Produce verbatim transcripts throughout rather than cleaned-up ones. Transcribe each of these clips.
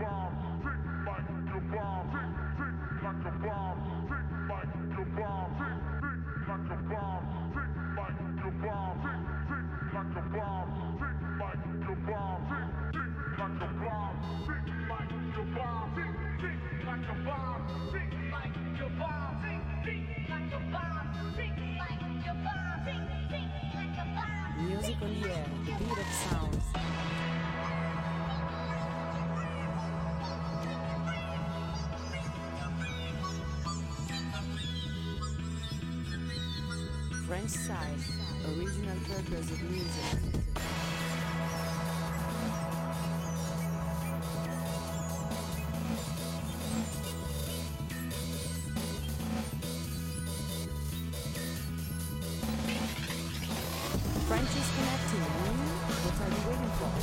Music on the air, the beat of sounds. French side, original purpose of music. French is connecting. What are you waiting for?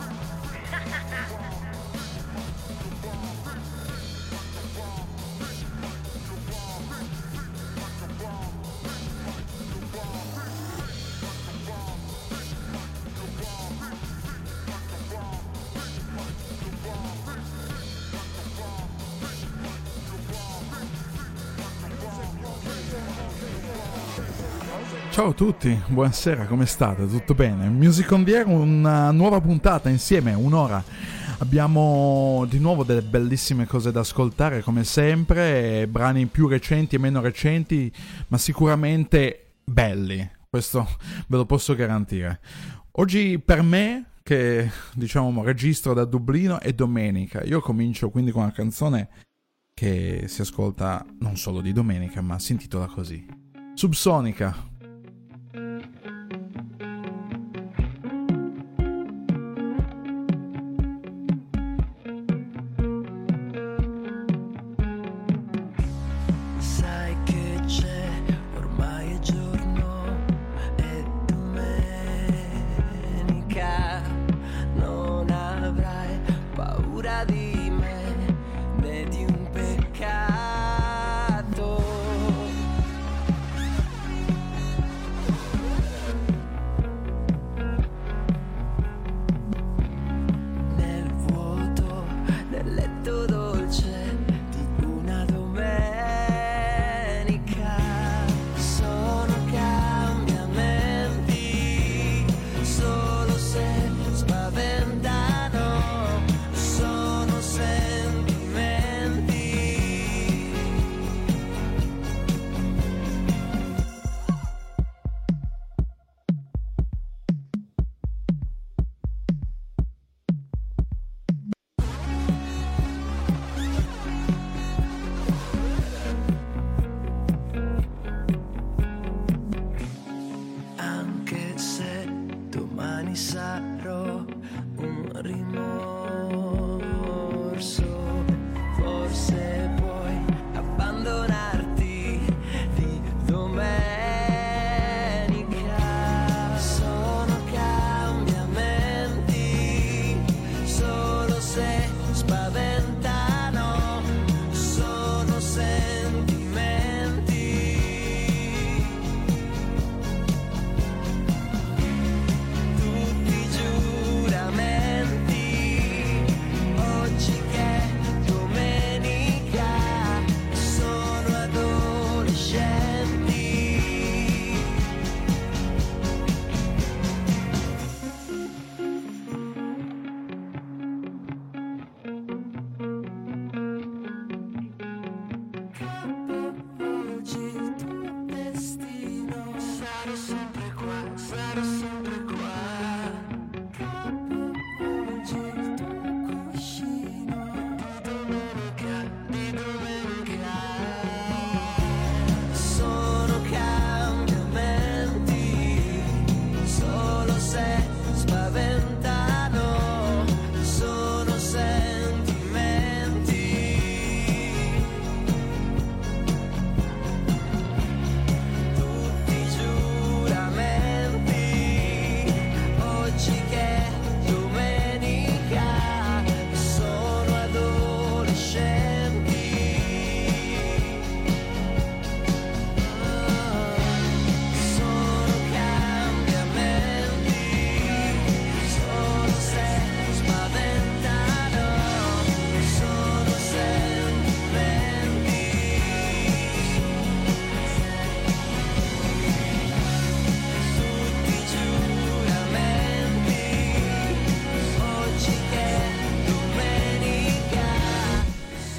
Ciao a tutti, buonasera, come state? Tutto bene? Music on the Air, una nuova puntata insieme, un'ora. Abbiamo di nuovo delle bellissime cose da ascoltare, come sempre, brani più recenti e meno recenti, ma sicuramente belli, questo ve lo posso garantire. Oggi per me, che diciamo registro da Dublino, è domenica. Io comincio quindi con una canzone che si ascolta non solo di domenica, ma si intitola così: Subsonica.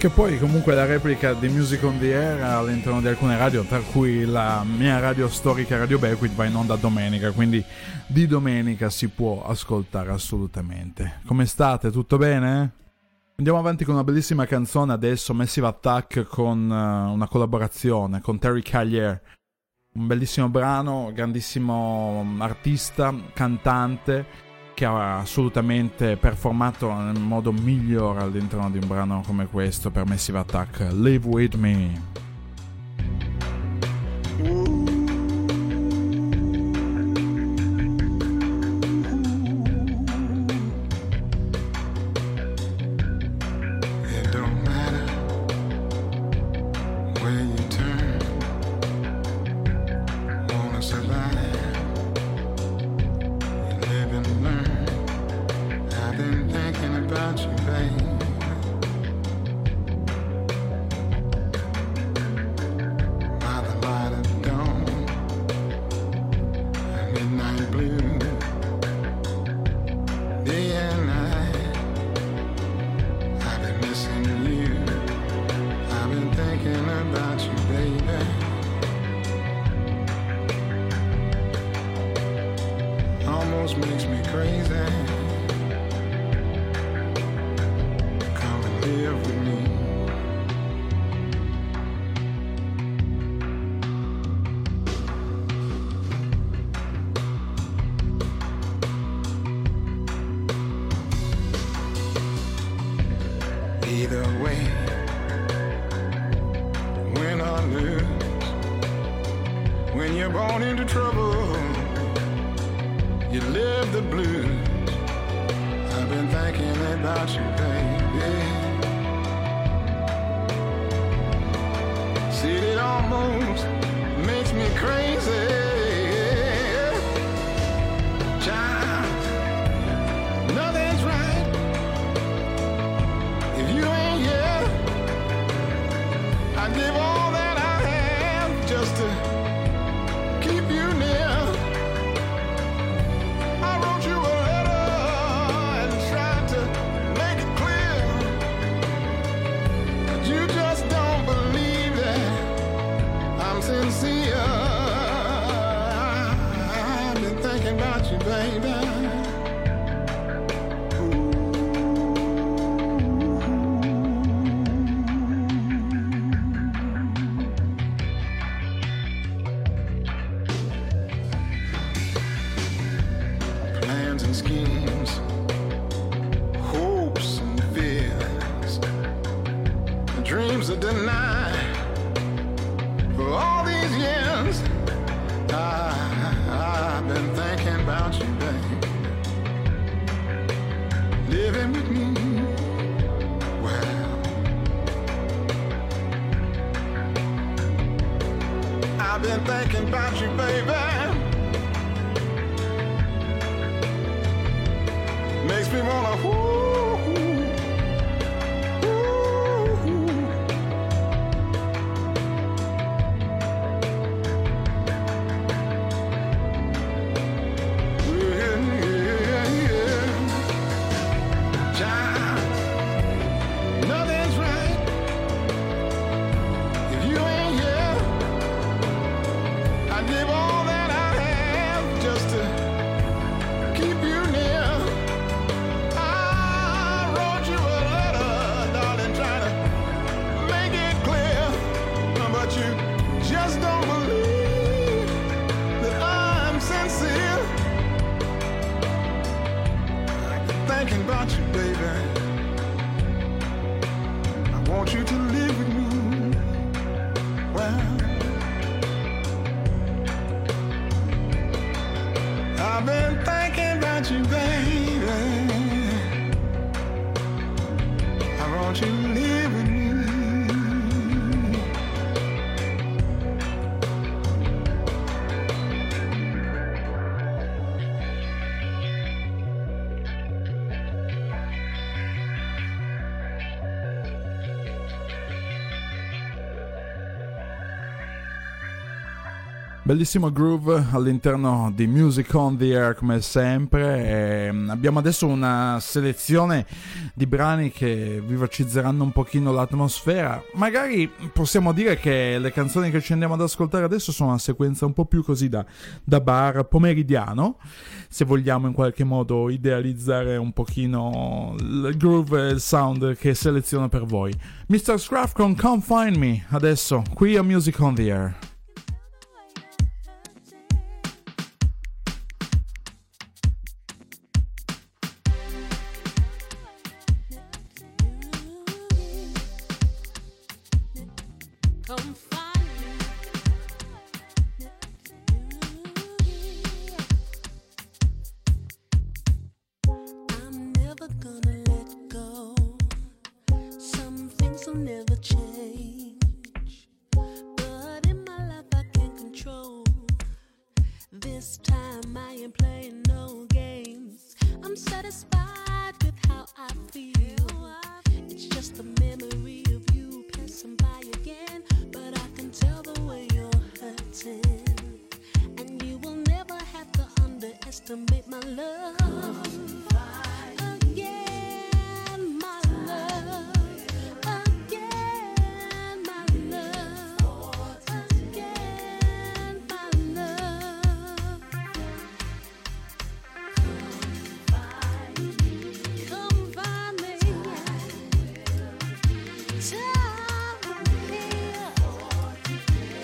Che poi comunque la replica di Music on the Air all'interno di alcune radio, tra cui la mia radio storica Radio Becquith, va in onda domenica, quindi di domenica si può ascoltare assolutamente. Come state? Tutto bene? Andiamo avanti con una bellissima canzone adesso, Massive Attack, con uh, una collaborazione con Terry Callier, un bellissimo brano, grandissimo artista, cantante, che ha assolutamente performato nel modo migliore all'interno di un brano come questo per Massive Attack. Live With Me. Bellissimo groove all'interno di Music on the Air come sempre. E abbiamo adesso una selezione di brani che vivacizzeranno un pochino l'atmosfera. Magari possiamo dire che le canzoni che ci andiamo ad ascoltare adesso sono una sequenza un po' più così da, da bar pomeridiano, se vogliamo in qualche modo idealizzare un pochino il groove e il sound che seleziono per voi. mister Scruff con Come Find Me adesso qui a Music on the Air.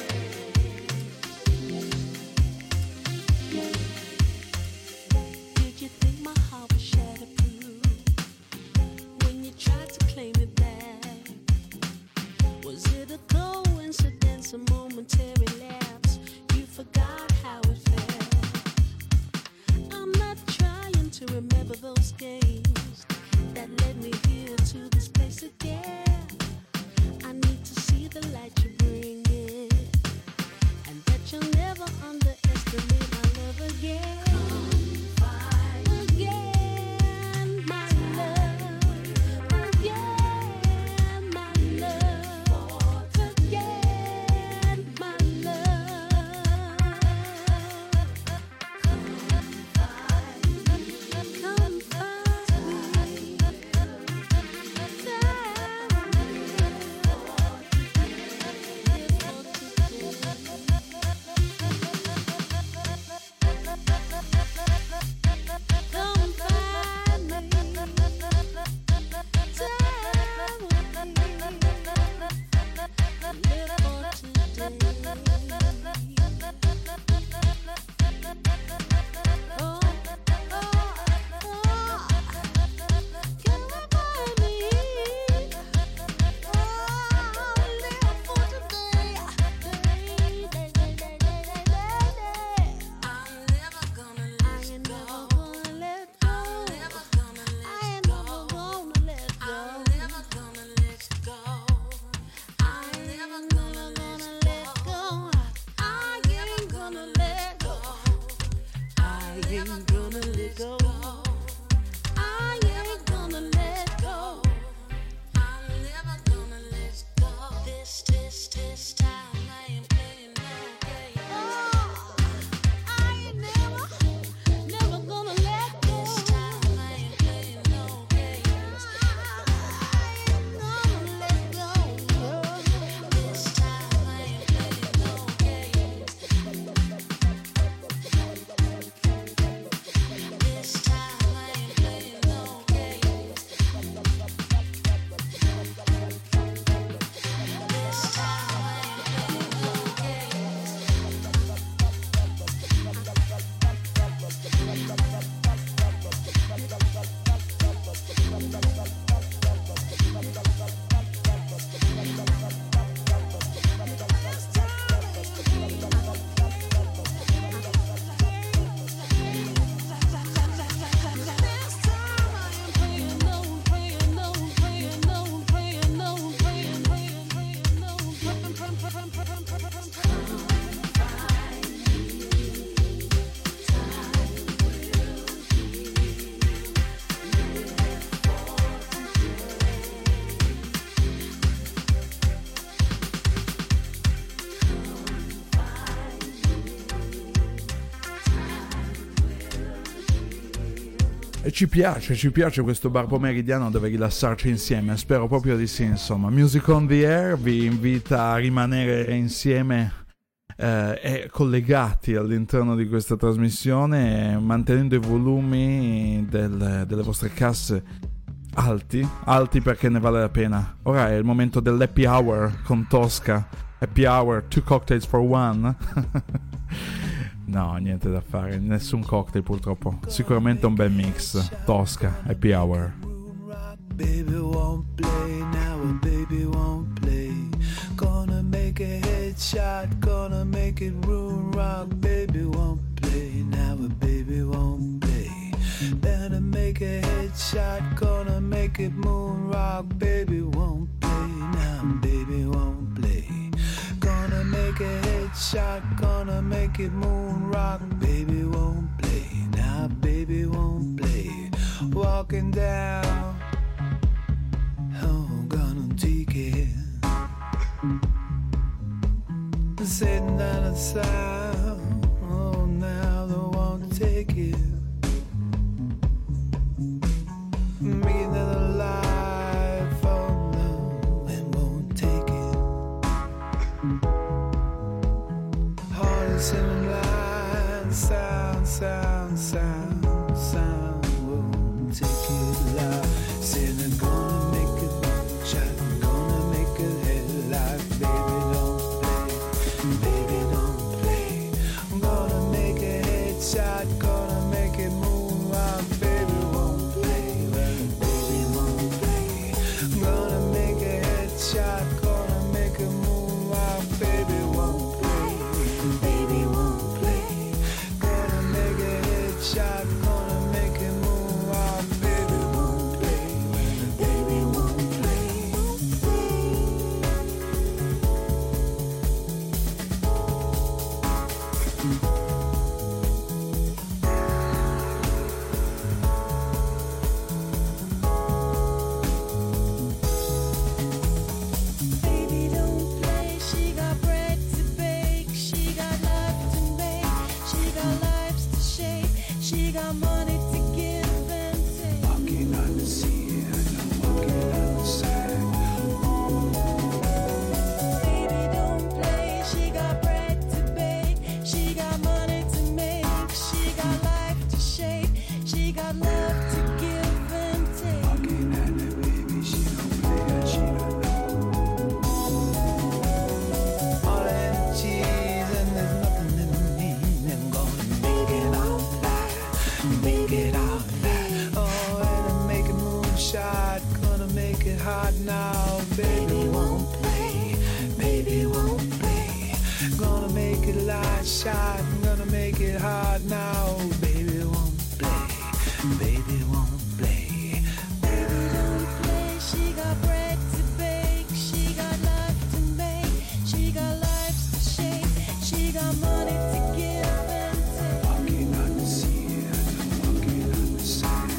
Did E ci piace, ci piace questo bar pomeridiano dove rilassarci insieme, spero proprio di sì, insomma. Music on the Air vi invita a rimanere insieme eh, e collegati all'interno di questa trasmissione, mantenendo i volumi del, delle vostre casse alti, alti perché ne vale la pena. Ora è il momento dell'happy hour con Tosca, happy hour, two cocktails for one. No, niente da fare, nessun cocktail purtroppo. Sicuramente un bel mix. Tosca, happy hour. Baby won't play, now a baby won't play. Gonna make a headshot, gonna make it room rock. Baby won't play, now a baby won't play. Better make a headshot, gonna make it moon rock. Baby won't play, now baby won't play. Gonna make a headshot, gonna make it moon rock. Baby won't play, now baby won't play. Walking down, oh, gonna take it. Sitting down the side, oh, now they won't take it. Making it alive, oh no, it won't take it. Hearts in the line, sound, sound, sound, sound won't take it loud. Said I'm gonna make it one shot, gonna make it head like baby don't play, baby don't play. I'm gonna make a headshot, gonna make it moon rock, baby won't play, well, baby won't play. I'm gonna make a headshot, gonna make it moon rock, baby won't play, baby won't play. Gonna make a headshot, gonna make it moon rock, baby won't play, well, baby won't play. Baby don't play, she got bread to bake, she got love to make, she got lives to shape, she got money to give and take. Walking on the sea and I'm walking on the sand. Baby don't play, she got bread to bake, she got money to make, she got life to shape, she got love to give and take. Walking on the baby, she don't play and she don't know. All that cheese and there's nothing in me. I'm gonna make it all night, make it all night. Oh, and I make a moonshot, gonna make it hot now. Baby won't play, baby won't play. Gonna make it light shot, gonna make it hot now. Baby won't play, baby won't play. Baby don't play, she got bread to bake, she got love to make, she got lives to shape, she got money to give and take. Walking on the sea and I'm walking on the sand.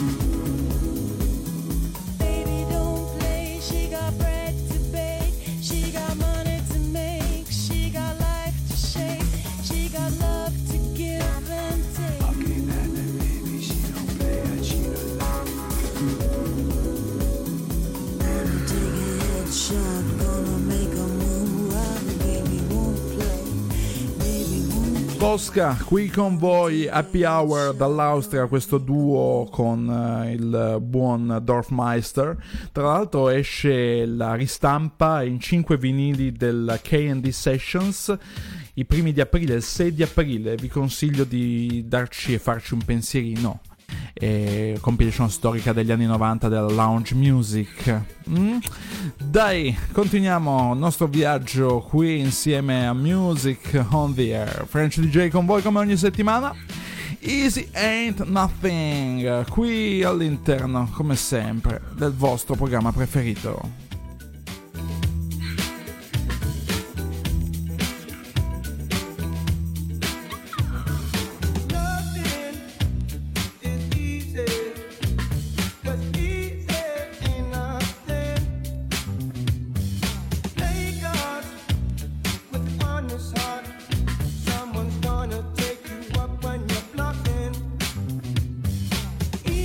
Baby don't play, she got bread to bake, she got money to make, she got life to shape, she got love to give and take. Walking on the baby, she don't play and she don't know. Gonna take a headshot, gonna make a move rock, baby won't play, baby won't play. Tosca, qui con voi, happy hour dall'Austria, questo duo con eh, il buon Dorfmeister. Tra l'altro esce la ristampa in cinque vinili del K and D Sessions i primi di aprile, il sei di aprile. Vi consiglio di darci e farci un pensierino. E compilation storica degli anni novanta della lounge music. Mm? Dai, continuiamo il nostro viaggio qui insieme a Music on the Air. French D J con voi come ogni settimana. Easy Ain't Nothing, qui all'interno, come sempre, del vostro programma preferito. Someone's gonna take you up when you're blocking.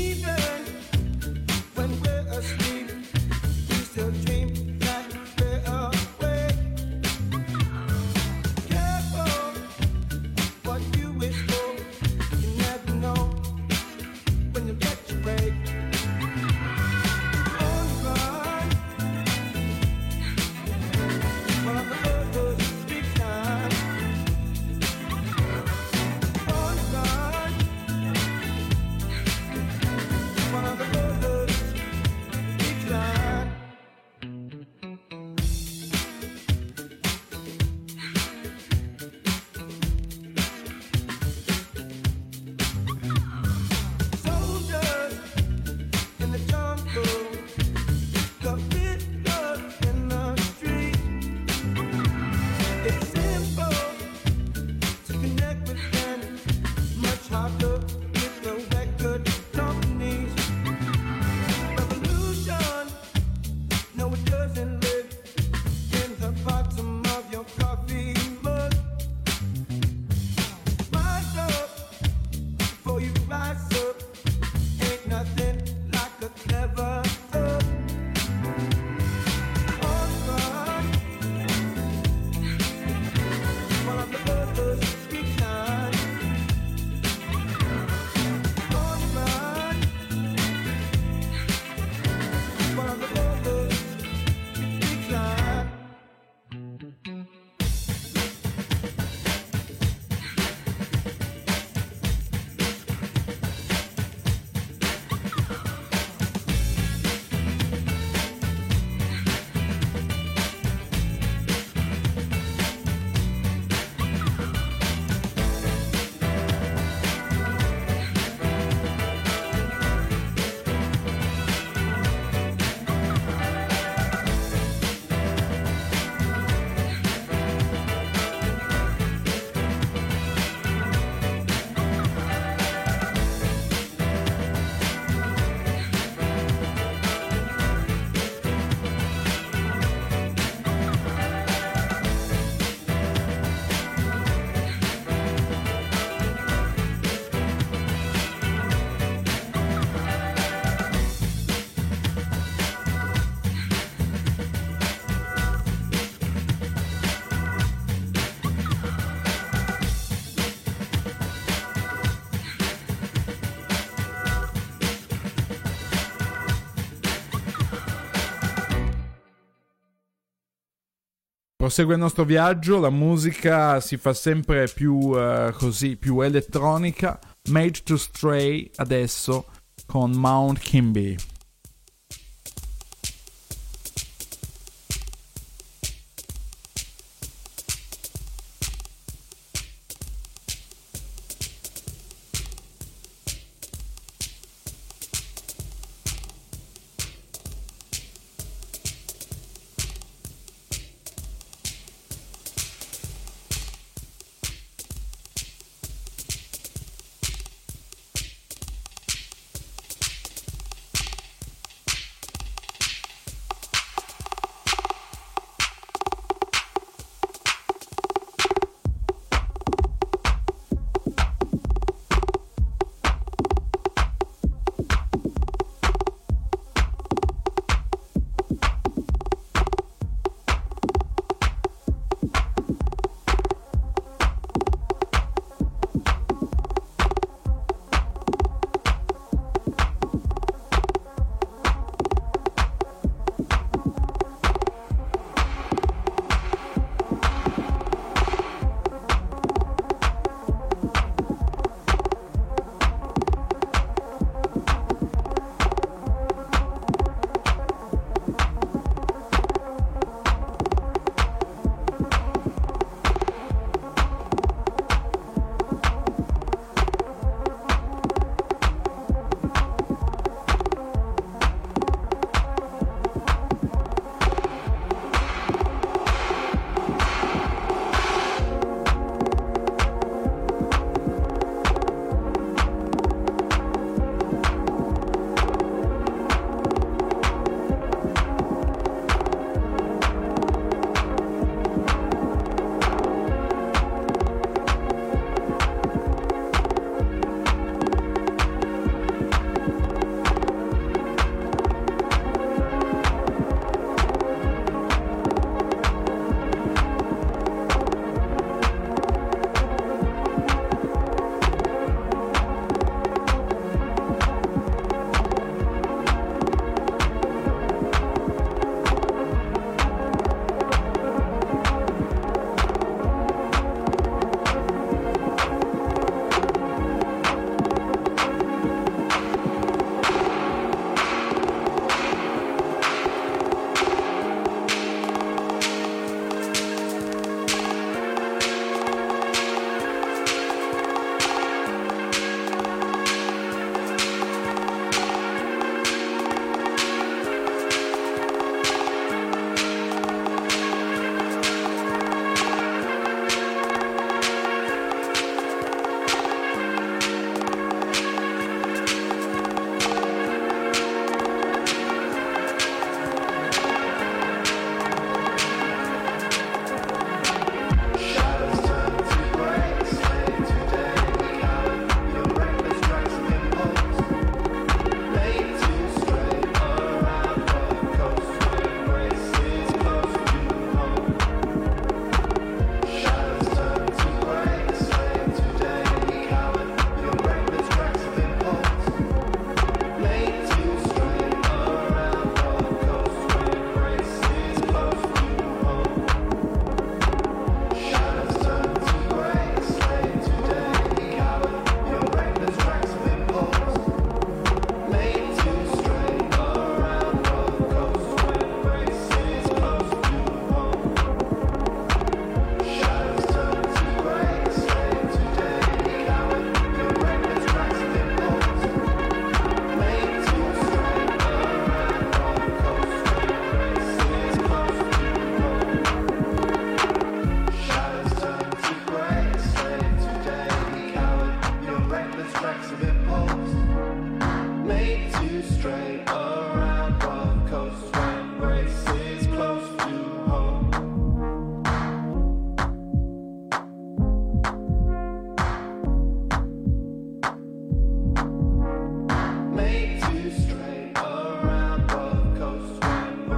Prosegue il nostro viaggio, la musica si fa sempre più eh, così, più elettronica. Made to Stray adesso con Mount Kimby.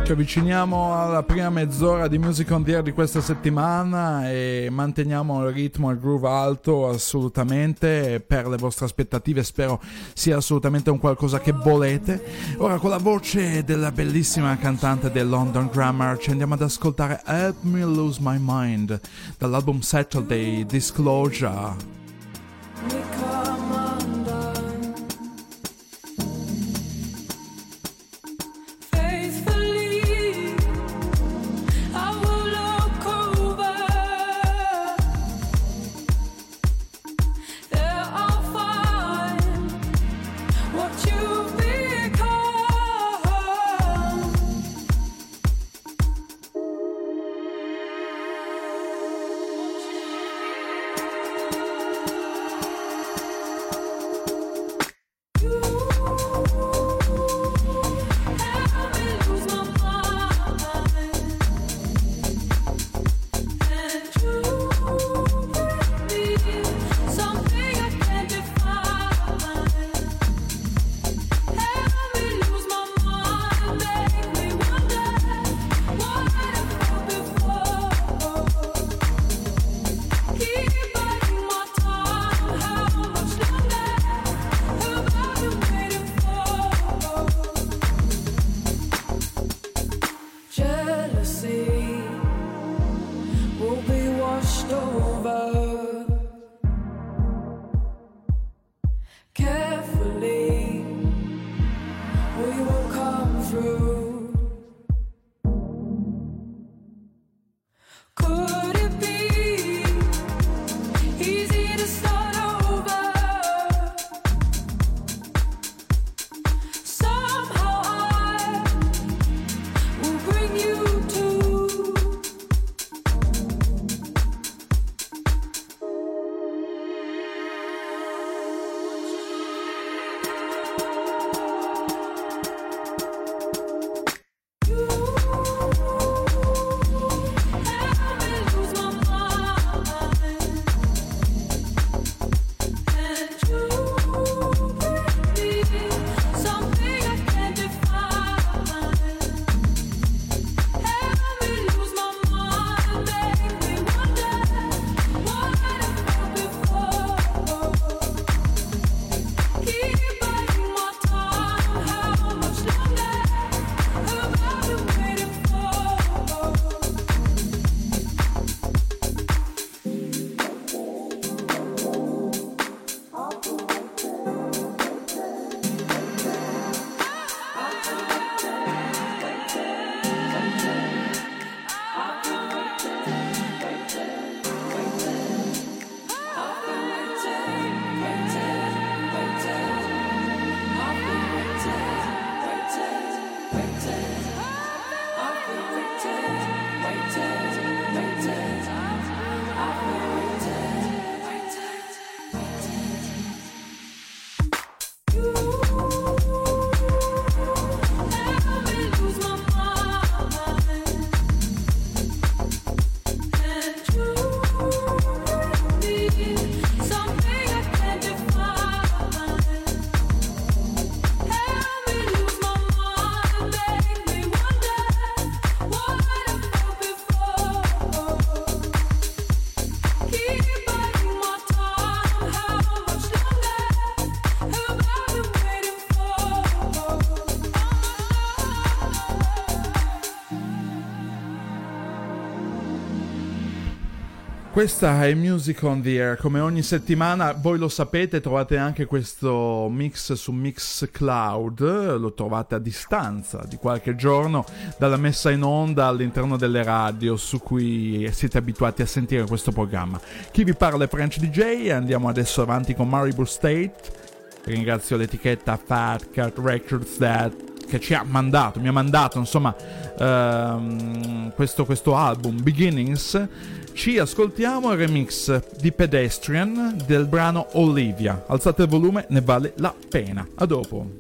Ci avviciniamo alla prima mezz'ora di Music on the Air di questa settimana e manteniamo il ritmo e il groove alto assolutamente per le vostre aspettative, spero sia assolutamente un qualcosa che volete. Ora con la voce della bellissima cantante del London Grammar ci andiamo ad ascoltare Help Me Lose My Mind dall'album Saturday Disclosure. Questa è Music on the Air, come ogni settimana, voi lo sapete, trovate anche questo mix su Mixcloud, lo trovate a distanza di qualche giorno dalla messa in onda all'interno delle radio su cui siete abituati a sentire questo programma. Chi vi parla è French D J, andiamo adesso avanti con Maribor State, ringrazio l'etichetta Fat Cat Records that che ci ha mandato, mi ha mandato insomma ehm, questo, questo album Beginnings. Ci ascoltiamo il remix di Pedestrian del brano Olivia. Alzate il volume, ne vale la pena. A dopo.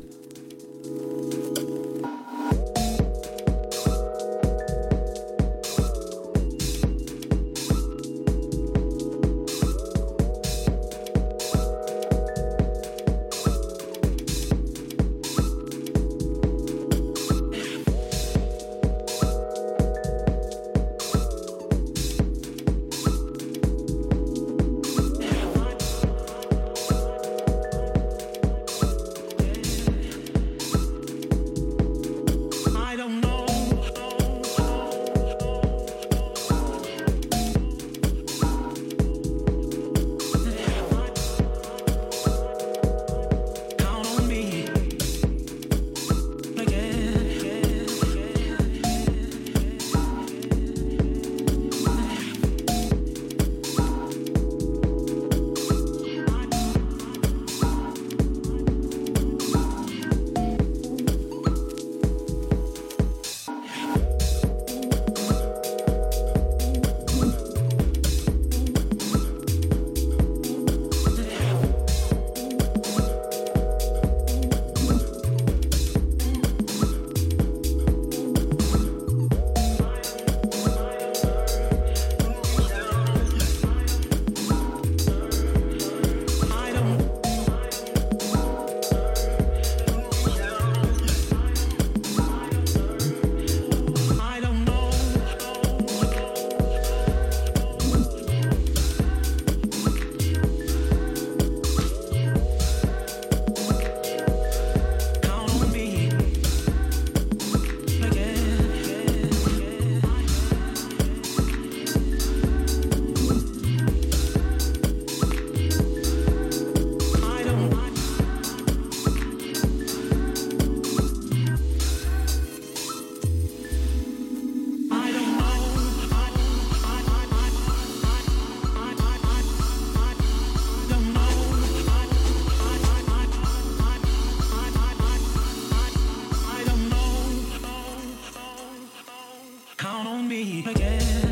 Count on me again.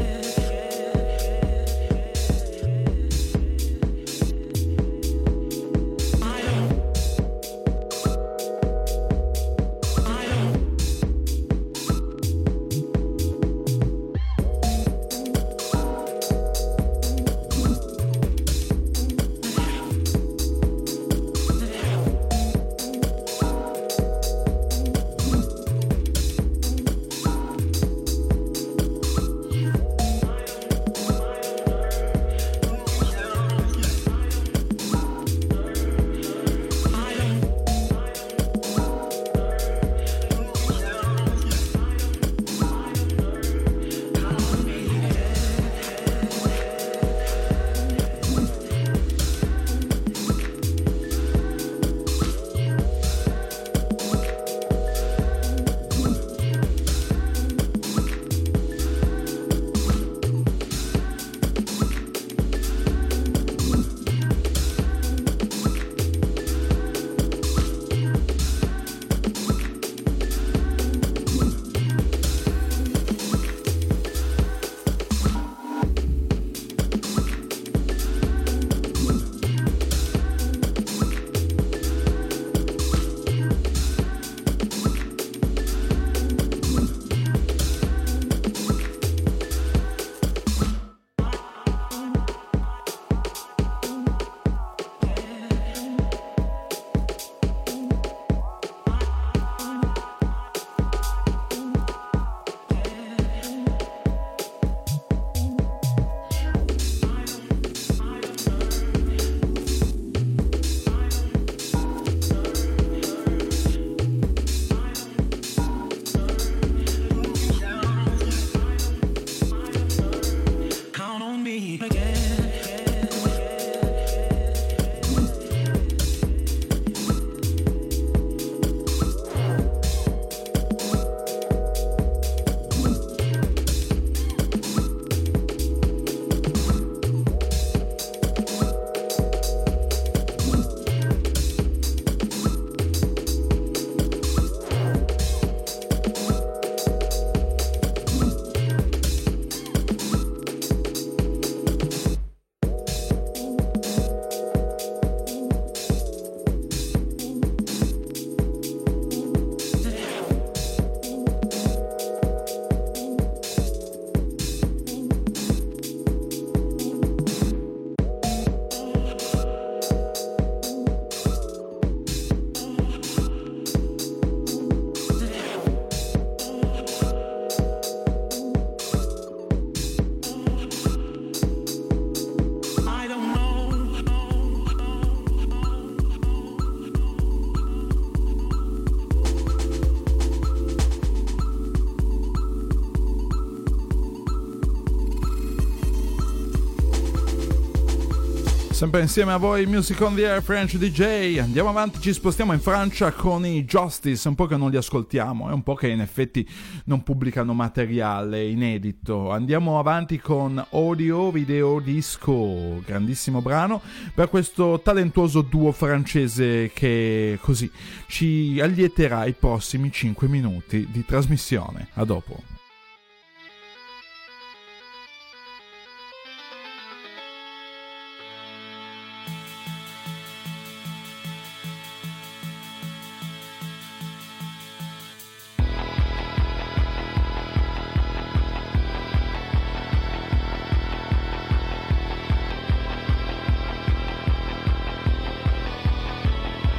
Sempre insieme a voi Music on the Air French D J. Andiamo avanti, ci spostiamo in Francia con i Justice. È un po' che non li ascoltiamo, è un po' che in effetti non pubblicano materiale inedito. Andiamo avanti con Audio Video Disco, grandissimo brano per questo talentuoso duo francese che così ci allieterà i prossimi cinque minuti di trasmissione. A dopo.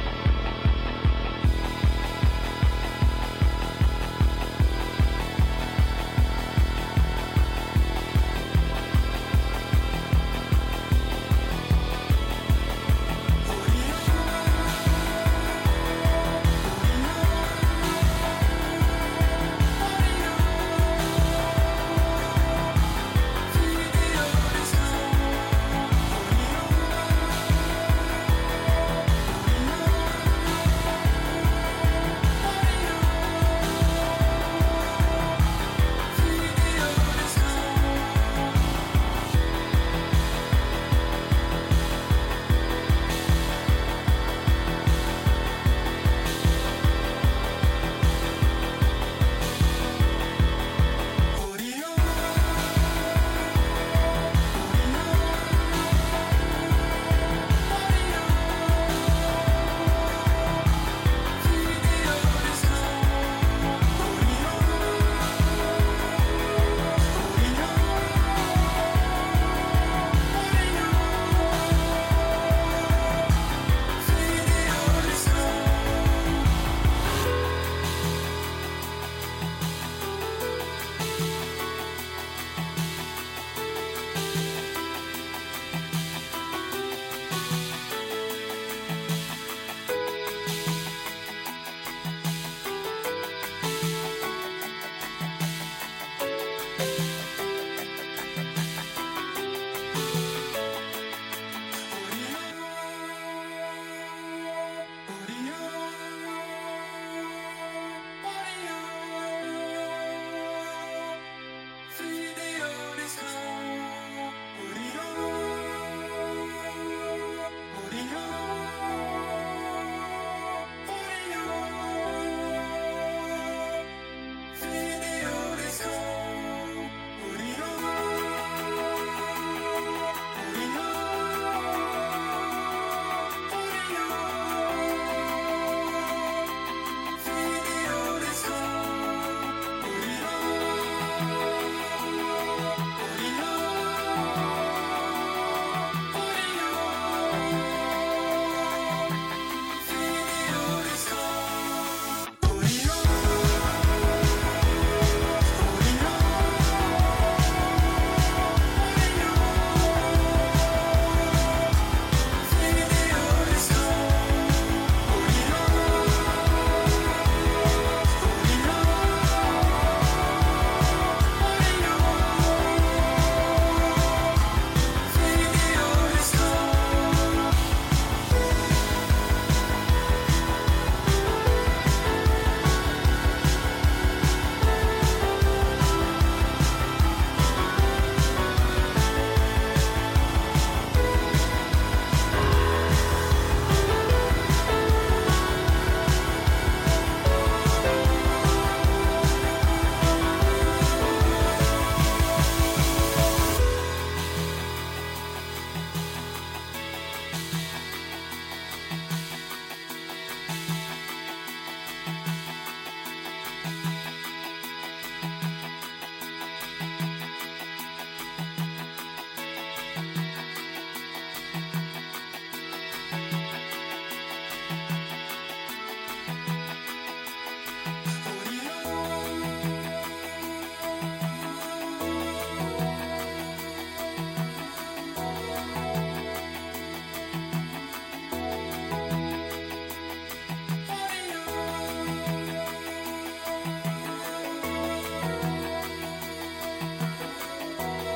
Thank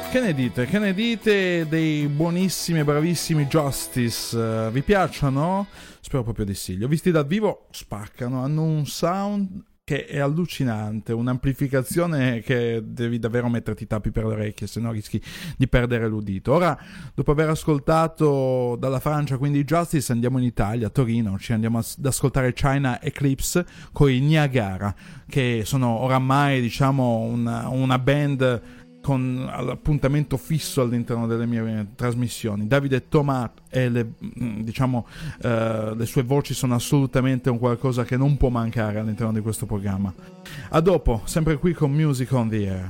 Che ne dite? Che ne dite dei buonissimi e bravissimi Justice? Uh, vi piacciono? Spero proprio di sì. Li ho visti dal vivo, spaccano, hanno un sound che è allucinante, un'amplificazione che devi davvero metterti i tappi per le orecchie, se no rischi di perdere l'udito. Ora, dopo aver ascoltato dalla Francia, quindi Justice, andiamo in Italia, a Torino, ci andiamo ad ascoltare China Eclipse con i Niagara, che sono oramai, diciamo, una, una band con l'appuntamento fisso all'interno delle mie trasmissioni. Davide Tomat e le, diciamo, uh, le sue voci sono assolutamente un qualcosa che non può mancare all'interno di questo programma. A dopo, sempre qui con Music on the Air.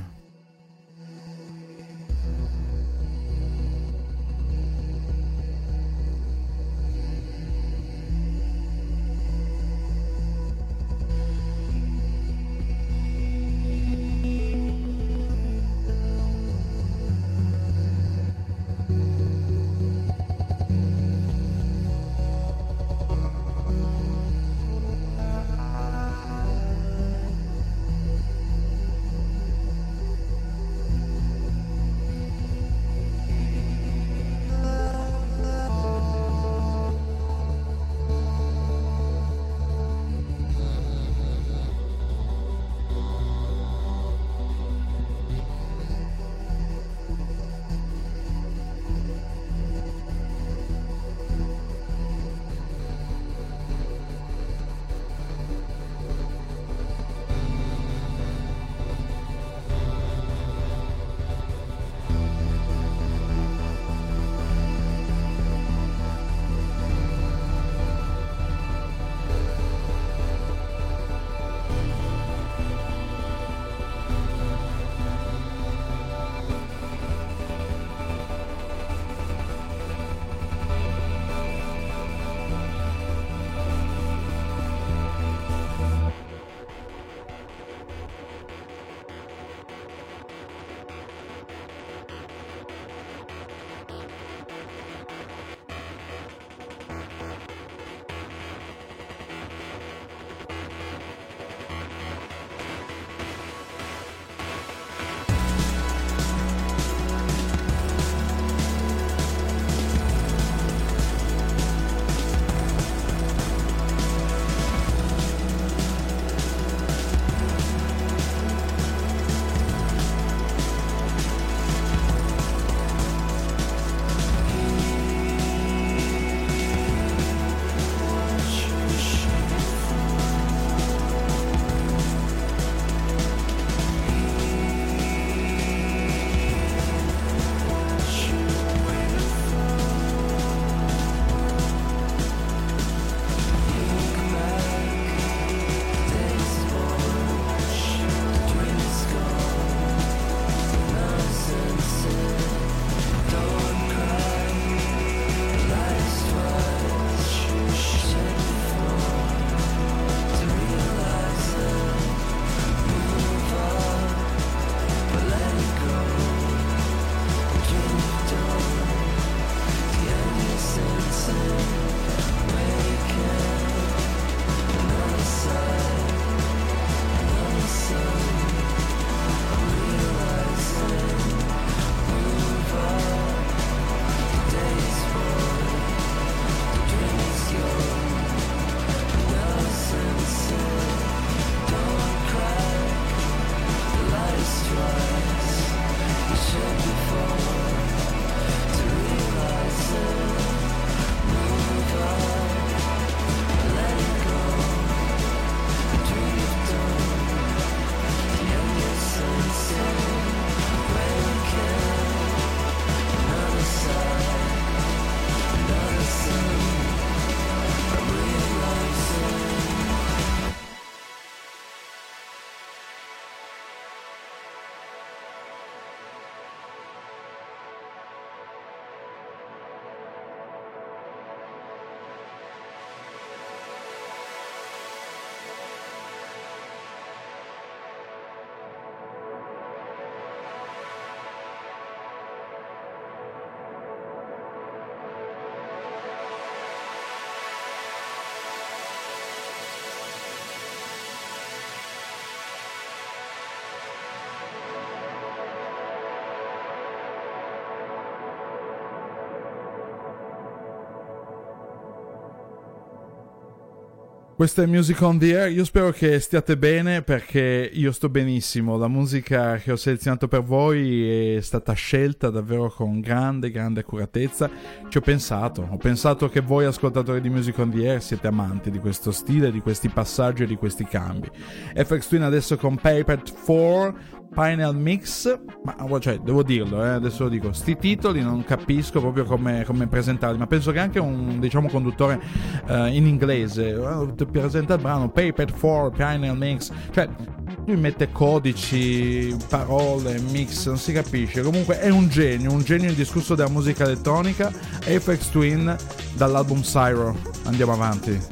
Questa è Music on the Air, io spero che stiate bene perché io sto benissimo, la musica che ho selezionato per voi è stata scelta davvero con grande grande accuratezza, ci ho pensato, ho pensato che voi ascoltatori di Music on the Air siete amanti di questo stile, di questi passaggi e di questi cambi. F X Twin adesso con Paper quattro, Pineal Mix, ma cioè devo dirlo, eh, adesso lo dico, sti titoli non capisco proprio come, come presentarli, ma penso che anche un diciamo conduttore uh, in inglese uh, presenta il brano Paper quattro, Pineal Mix, cioè lui mette codici, parole, mix, non si capisce, comunque è un genio, un genio indiscusso della musica elettronica. F X Twin dall'album Syro, andiamo avanti.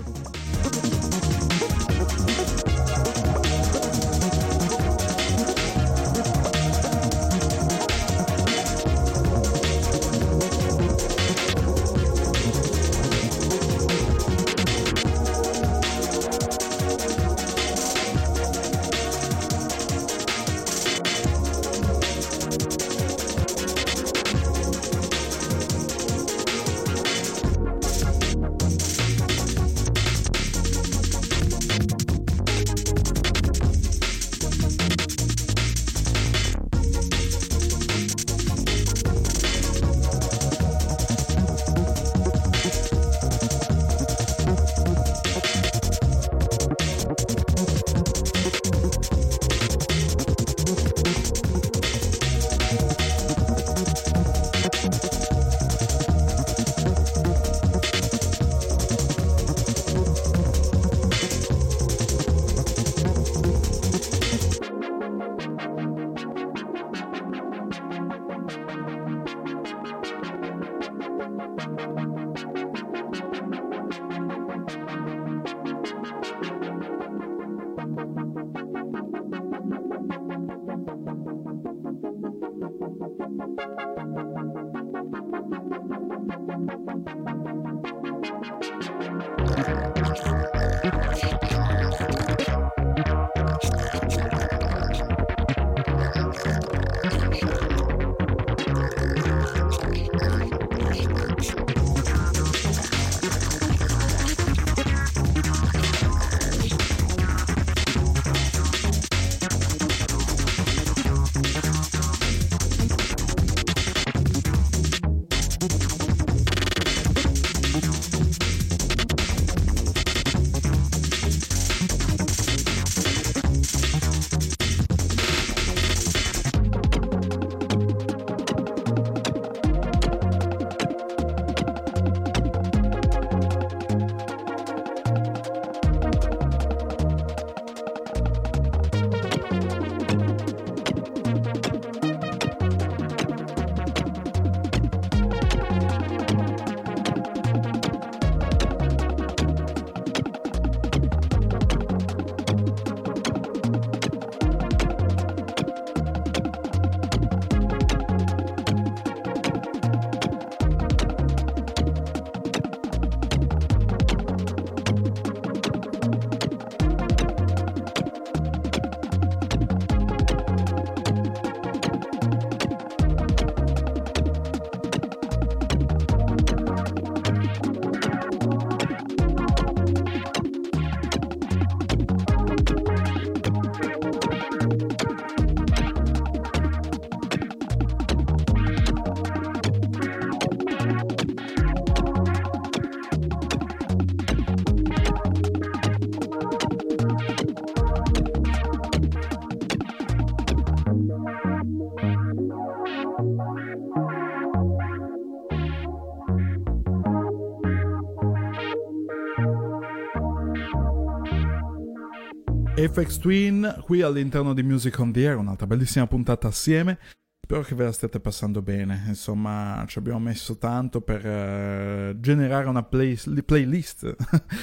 F X Twin qui all'interno di Music on the Air, un'altra bellissima puntata assieme. Spero che ve la stiate passando bene, insomma ci abbiamo messo tanto per uh, generare una play- playlist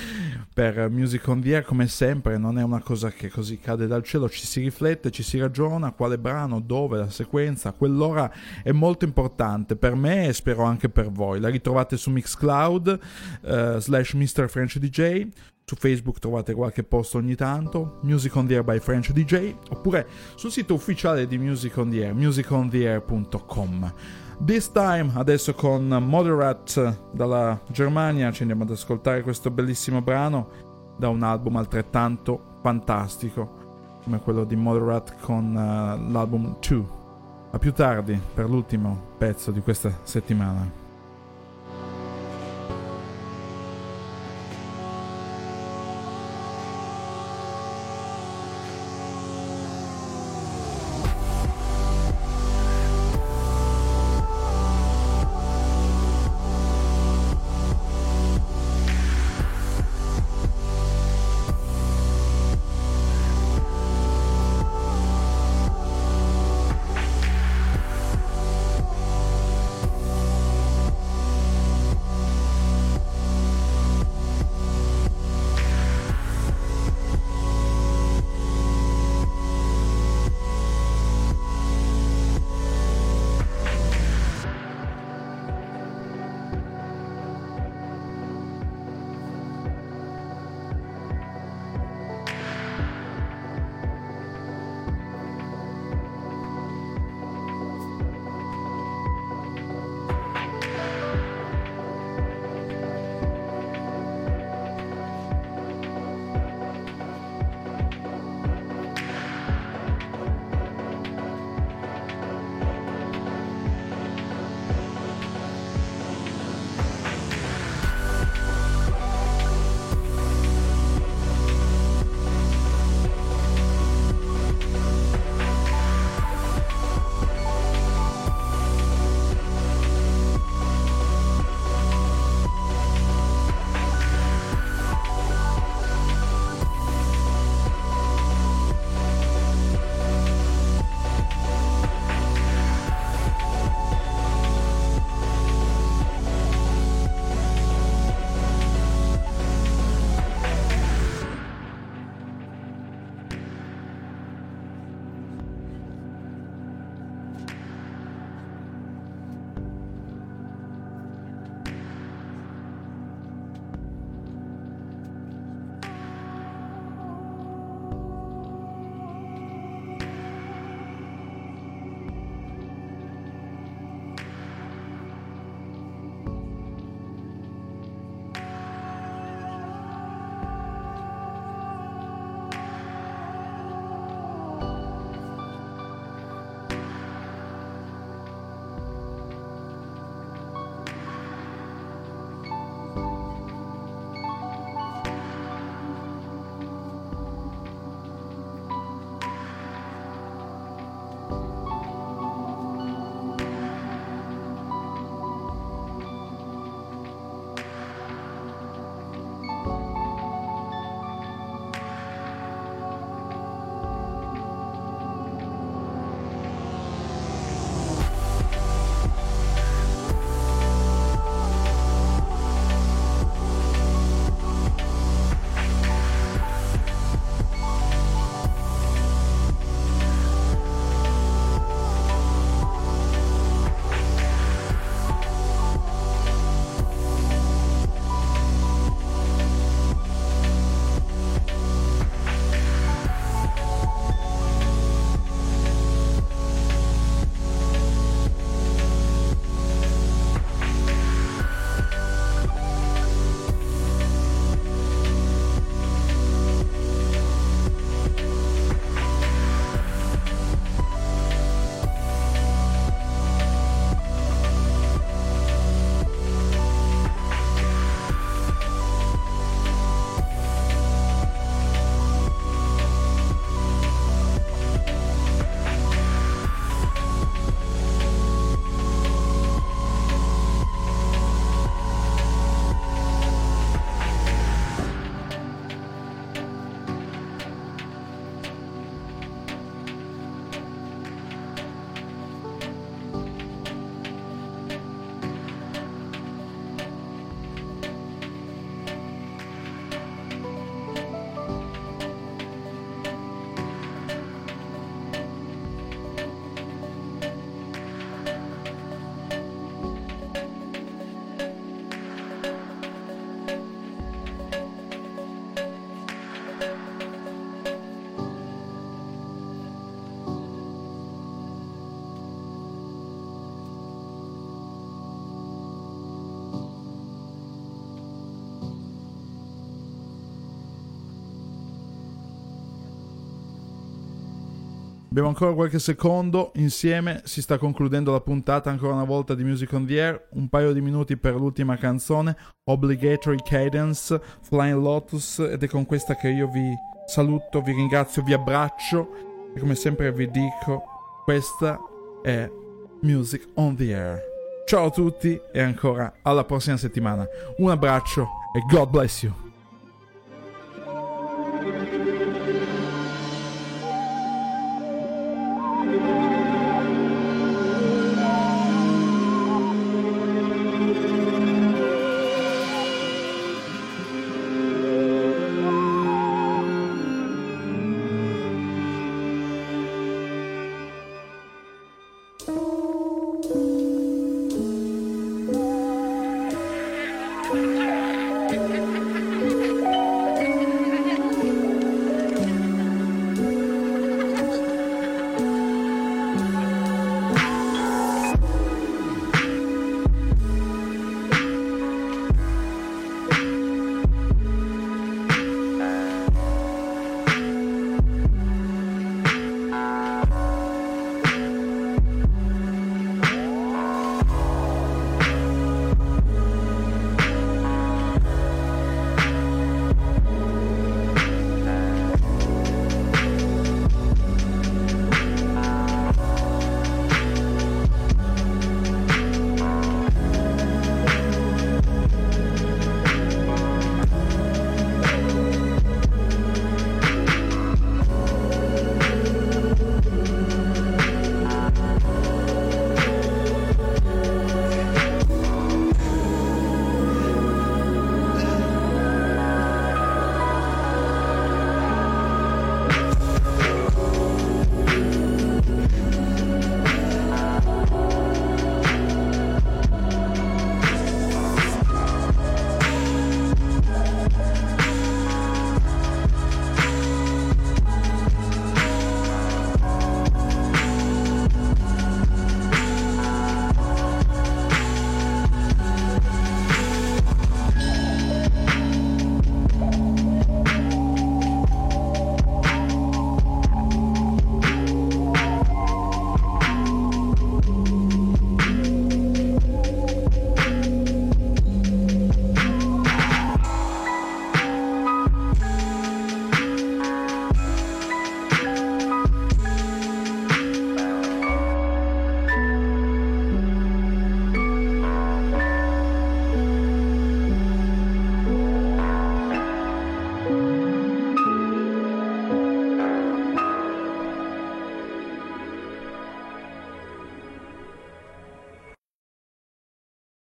per Music on the Air, come sempre non è una cosa che così cade dal cielo, ci si riflette, ci si ragiona, quale brano, dove, la sequenza, quell'ora è molto importante per me e spero anche per voi. La ritrovate su Mixcloud uh, slash mister French D J, su Facebook trovate qualche post ogni tanto, Music on the Air by French D J, oppure sul sito ufficiale di Music on the Air, music on the air punto com. This Time, adesso con Moderat dalla Germania, ci andiamo ad ascoltare questo bellissimo brano da un album altrettanto fantastico come quello di Moderat con uh, l'album due. A più tardi per l'ultimo pezzo di questa settimana. Thank Abbiamo ancora qualche secondo insieme, si sta concludendo la puntata ancora una volta di Music on the Air, un paio di minuti per l'ultima canzone, Obligatory Cadence, Flying Lotus, ed è con questa che io vi saluto, vi ringrazio, vi abbraccio e come sempre vi dico, questa è Music on the Air. Ciao a tutti e ancora alla prossima settimana. Un abbraccio e God bless you.